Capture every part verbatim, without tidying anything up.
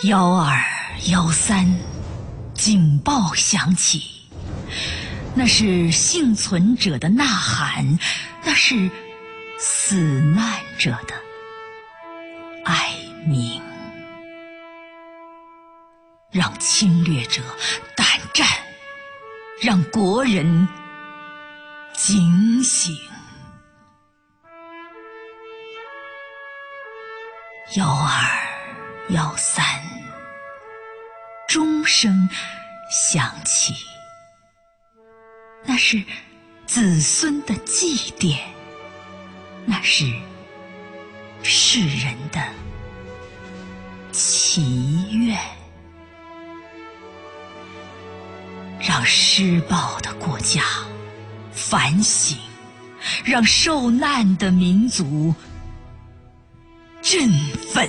幺二幺三，警报响起，那是幸存者的呐喊，那是死难者的哀鸣。让侵略者胆战，让国人警醒。幺二幺三，钟声响起，那是子孙的祭奠，那是世人的祈愿。让施暴的国家反省，让受难的民族振奋。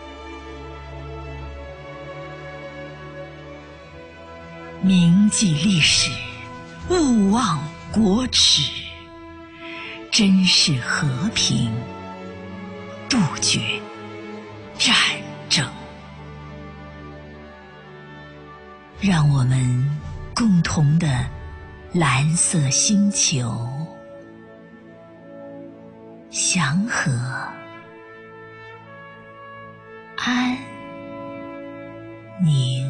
铭记历史，勿忘国耻，珍视和平，杜绝战争。让我们共同的蓝色星球，祥和安宁。